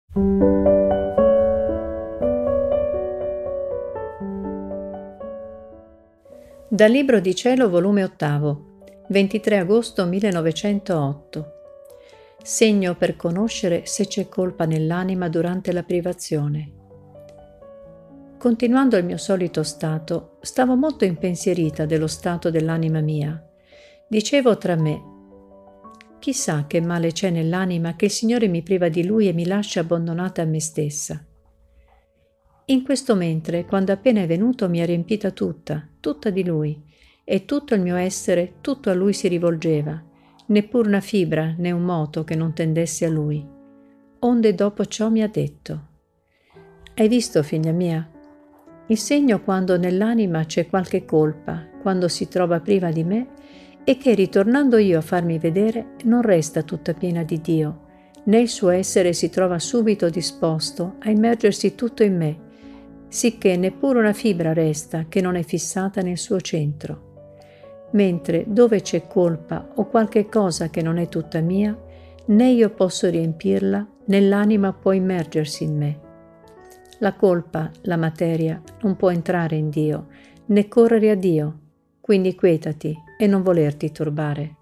Dal Libro di Cielo, volume 8, 23 agosto 1908. Segno per conoscere se c'è colpa nell'anima durante la privazione. Continuando il mio solito stato, stavo molto impensierita dello stato dell'anima mia. Dicevo tra me: chissà che male c'è nell'anima che il Signore mi priva di Lui e mi lascia abbandonata a me stessa. In questo mentre, quando appena è venuto, mi ha riempita tutta di Lui, e tutto il mio essere, tutto a Lui si rivolgeva, neppur una fibra né un moto che non tendesse a Lui. Onde dopo ciò mi ha detto: hai visto, figlia mia? Il segno quando nell'anima c'è qualche colpa, quando si trova priva di me, è che ritornando io a farmi vedere non resta tutta piena di Dio, né il suo essere si trova subito disposto a immergersi tutto in me, sicché neppure una fibra resta che non è fissata nel suo centro. Mentre dove c'è colpa o qualche cosa che non è tutta mia, né io posso riempirla, né l'anima può immergersi in me. La colpa, la materia, non può entrare in Dio, né correre a Dio, quindi quietati e non volerti turbare.